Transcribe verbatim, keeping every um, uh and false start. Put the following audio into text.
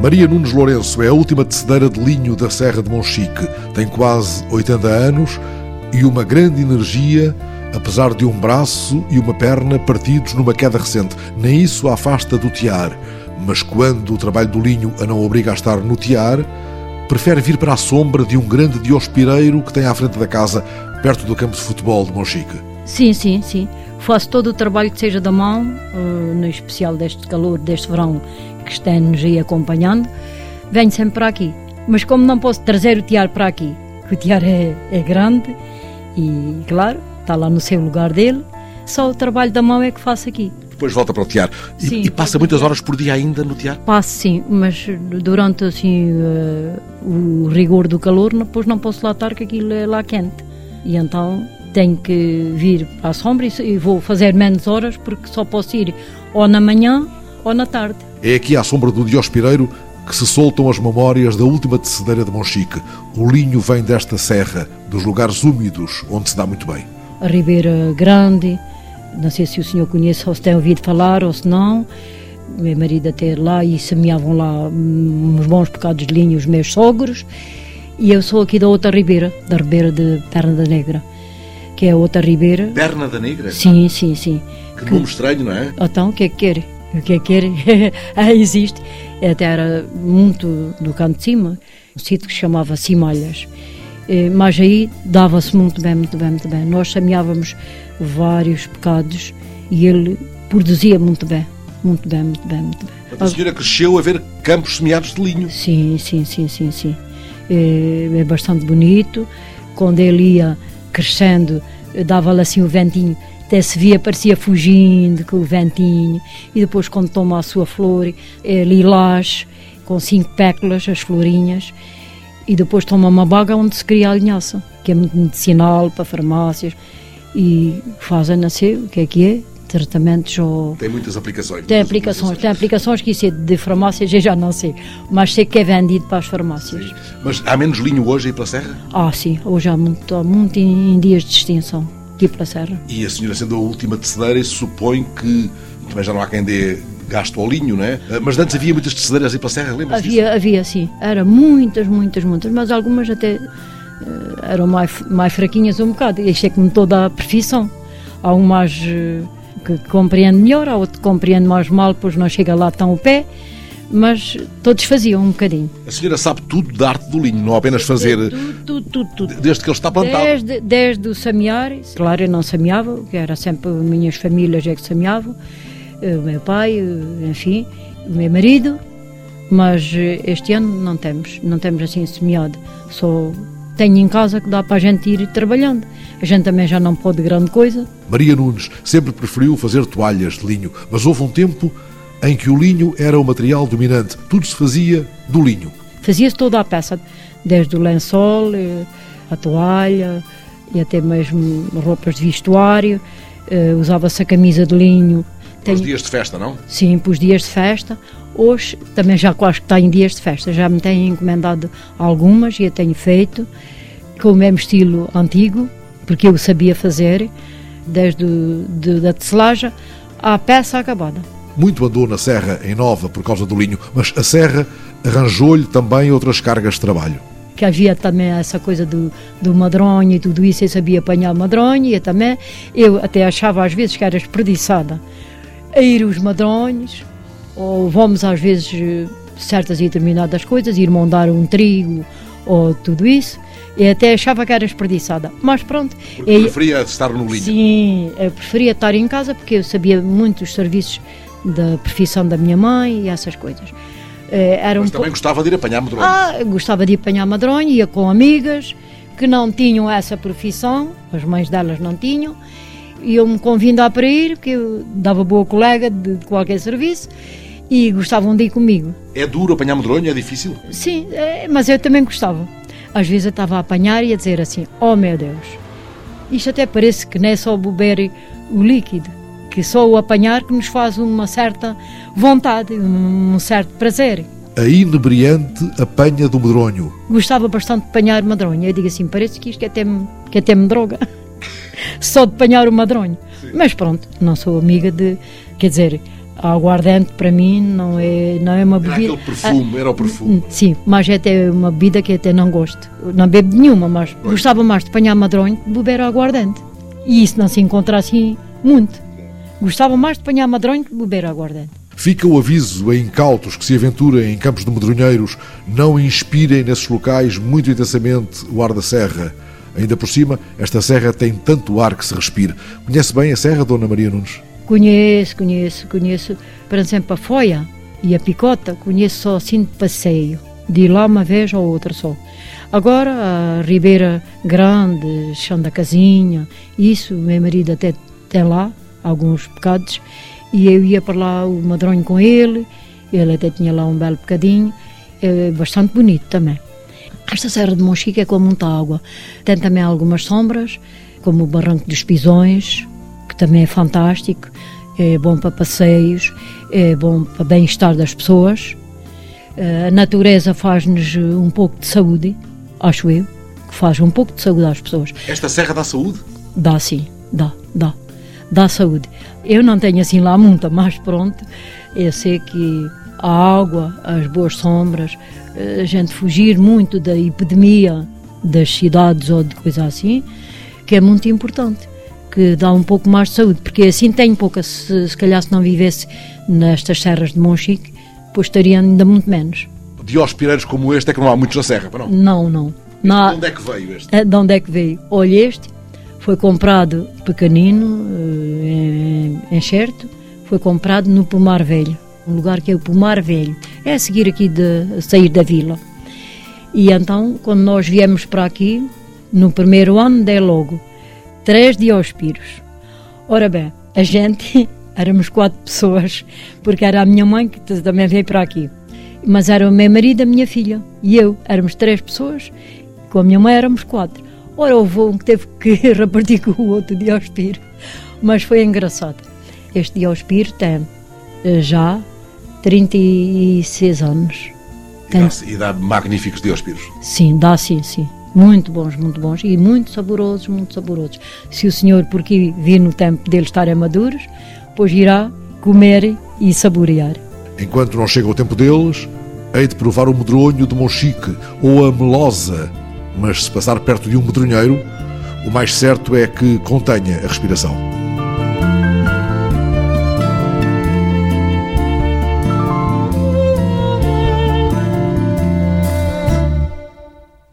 Maria Nunes Lourenço é a última tecedeira de linho da Serra de Monchique. Tem quase oitenta anos e uma grande energia, apesar de um braço e uma perna partidos numa queda recente. Nem isso a afasta do tear. Mas quando o trabalho do linho a não obriga a estar no tear, prefere vir para a sombra de um grande diospireiro que tem à frente da casa, perto do campo de futebol de Monchique. Sim, sim, sim. Faço todo o trabalho que seja da mão, no especial deste calor, deste verão que está-nos aí acompanhando. Venho sempre para aqui. Mas como não posso trazer o tear para aqui, que o tear é, é grande e, claro, está lá no seu lugar dele, só o trabalho da mão é que faço aqui. Depois volta para o tear. E, Sim, e passa muitas horas por dia ainda no tear? Passo, sim, mas durante assim, uh, o rigor do calor, depois não posso lá estar, que aquilo é lá quente. E então tenho que vir para a sombra e vou fazer menos horas, porque só posso ir ou na manhã ou na tarde. É aqui à sombra do diospireiro que se soltam as memórias da última tecedeira de Monchique. O linho vem desta serra, dos lugares úmidos, onde se dá muito bem. A Ribeira Grande, não sei se o senhor conhece ou se tem ouvido falar ou se não. O meu marido até lá e semeavam lá uns bons bocados de linho os meus sogros. E eu sou aqui da outra ribeira, da ribeira de Perna da Negra, que é a outra ribeira. Perna da Negra? Sim, sim, sim. Que, que nome estranho, não é? Então, o que é que quer? O que é que quer? Ah, existe. Até era muito do canto de cima, um sítio que se chamava Cimalhas. Mas aí dava-se muito bem, muito bem, muito bem. Nós semeávamos vários bocados e ele produzia muito bem, muito bem, muito bem, muito bem. A senhora cresceu a ver campos semeados de linho? Sim, sim, sim, sim, sim. É, é bastante bonito. Quando ele ia crescendo, dava-lhe assim o ventinho, até se via, parecia fugindo com o ventinho. E depois, quando toma a sua flor, é lilás, com cinco pétalas, as florinhas. E depois toma uma baga onde se cria a linhaça, que é muito medicinal para farmácias. E faz a nascer, o que é que é? Tratamentos ou... Tem muitas aplicações. Tem muitas aplicações, tem aplicações que isso é de farmácias, eu já não sei, mas sei que é vendido para as farmácias. Sim. Mas há menos linho hoje aí pela serra? Ah, sim, hoje há muito, há muito em, em dias de extinção aqui pela serra. E a senhora sendo a última tecedeira, isso supõe que também já não há quem dê gasto ao linho, não é? Mas antes havia muitas tecedeiras aí pela serra, lembra-se disso? Havia, havia, sim, era muitas, muitas, muitas, mas algumas até uh, eram mais, mais fraquinhas um bocado, isto é como toda a profissão, há um mais... Uh, que compreende melhor, há outro que compreende mais mal, pois não chega lá tão o pé, mas todos faziam um bocadinho. A senhora sabe tudo da arte do linho, não apenas fazer... Tudo, tudo, tudo, tudo. Desde que ele está plantado. Desde, desde o semear, claro, eu não semeava, que era sempre as minhas famílias é que semeavam, o meu pai, enfim, o meu marido, mas este ano não temos, não temos assim semeado, só... Tenho em casa que dá para a gente ir trabalhando. A gente também já não pode grande coisa. Maria Nunes sempre preferiu fazer toalhas de linho, mas houve um tempo em que o linho era o material dominante. Tudo se fazia do linho. Fazia-se toda a peça, desde o lençol, a toalha e até mesmo roupas de vestuário. Uh, usava-se a camisa de linho. Para os dias de festa, não? Sim, para os dias de festa. Hoje também já quase que está em dias de festa. Já me tenho encomendado algumas e eu tenho feito com o mesmo estilo antigo, porque eu sabia fazer, desde o, de, da tecelagem à peça acabada. Muito andou na serra em Nova por causa do linho, mas a serra arranjou-lhe também outras cargas de trabalho. Que havia também essa coisa do, do madronho e tudo isso, eu sabia apanhar o madronho e eu também, eu até achava às vezes que era desperdiçada a ir os madronhos, ou vamos às vezes certas e determinadas coisas, ir mondar um trigo ou tudo isso, e até achava que era desperdiçada, mas pronto. Porque eu, preferia estar no linho? Sim, eu preferia estar em casa porque eu sabia muito os serviços da profissão da minha mãe e essas coisas. Era mas um também po... gostava de ir apanhar madronho? Ah, gostava de ir apanhar madronho, ia com amigas que não tinham essa profissão, as mães delas não tinham, e eu me convidava para ir, porque eu dava boa colega de, de qualquer serviço, e gostavam de ir comigo. É duro apanhar medronho? É difícil? Sim, é, mas eu também gostava. Às vezes eu estava a apanhar e a dizer assim, oh meu Deus, isto até parece que não é só beber o líquido, que só o apanhar que nos faz uma certa vontade, um certo prazer. A inebriante apanha do medronho. Gostava bastante de apanhar medronho. Eu digo assim, parece que isto que até me, que até me droga, só de apanhar o medronho. Sim. Mas pronto, não sou amiga de, quer dizer... A aguardente para mim não é, não é uma bebida... Era aquele perfume, ah, era o perfume. Sim, mas é até uma bebida que até não gosto. Não bebo nenhuma, mas pois. Gostava mais de apanhar madronho que de beber aguardente. E isso não se encontra assim muito. Gostava mais de apanhar madronho que de beber aguardente. Fica o aviso a incautos que se aventurem em campos de medronheiros, não inspirem nesses locais muito intensamente o ar da serra. Ainda por cima, esta serra tem tanto ar que se respira. Conhece bem a serra, Dona Maria Nunes? Conheço, conheço, conheço, por exemplo, a Foia e a Picota, conheço só assim de passeio, de ir lá uma vez ou outra só. Agora, a Ribeira Grande, Chão da Casinha, isso, o meu marido até tem lá alguns pecados, e eu ia para lá o madronho com ele, ele até tinha lá um belo bocadinho, é bastante bonito também. Esta Serra de Monchique é com muita água, tem também algumas sombras, como o Barranco dos Pisões, que também é fantástico, é bom para passeios, é bom para bem-estar das pessoas. A natureza faz-nos um pouco de saúde, acho eu, que faz um pouco de saúde às pessoas. Esta serra dá saúde? Dá sim, dá, dá, dá saúde. Eu não tenho assim lá muita, mas pronto, eu sei que a água, as boas sombras, a gente fugir muito da epidemia das cidades ou de coisa assim, que é muito importante. Que dá um pouco mais de saúde, porque assim tem pouca, se, se calhar se não vivesse nestas serras de Monchique, pois estaria ainda muito menos. De hospireiros como este é que não há muitos na serra, para não? Não, não. Na, de onde é que veio este? De onde é que veio? Olha, este foi comprado pequenino, em, em certo, foi comprado no Pomar Velho, um lugar que é o Pomar Velho, é a seguir aqui de sair da vila. E então, quando nós viemos para aqui, no primeiro ano, dei logo três diospiros. Ora bem, a gente, éramos quatro pessoas, porque era a minha mãe que também veio para aqui. Mas era o meu marido, a minha filha e eu. Éramos três pessoas, com a minha mãe éramos quatro. Ora, houve um que teve que repartir com o outro diospiro. Mas foi engraçado. Este diospiro tem já trinta e seis anos. E, tem... dá, e dá magníficos diospiros? Sim, dá sim, sim. Muito bons, muito bons e muito saborosos, muito saborosos. Se o senhor por aqui vir no tempo deles estarem maduros, pois irá comer e saborear. Enquanto não chega o tempo deles, hei de provar o medronho de Monchique ou a melosa, mas se passar perto de um medronheiro, o mais certo é que contenha a respiração.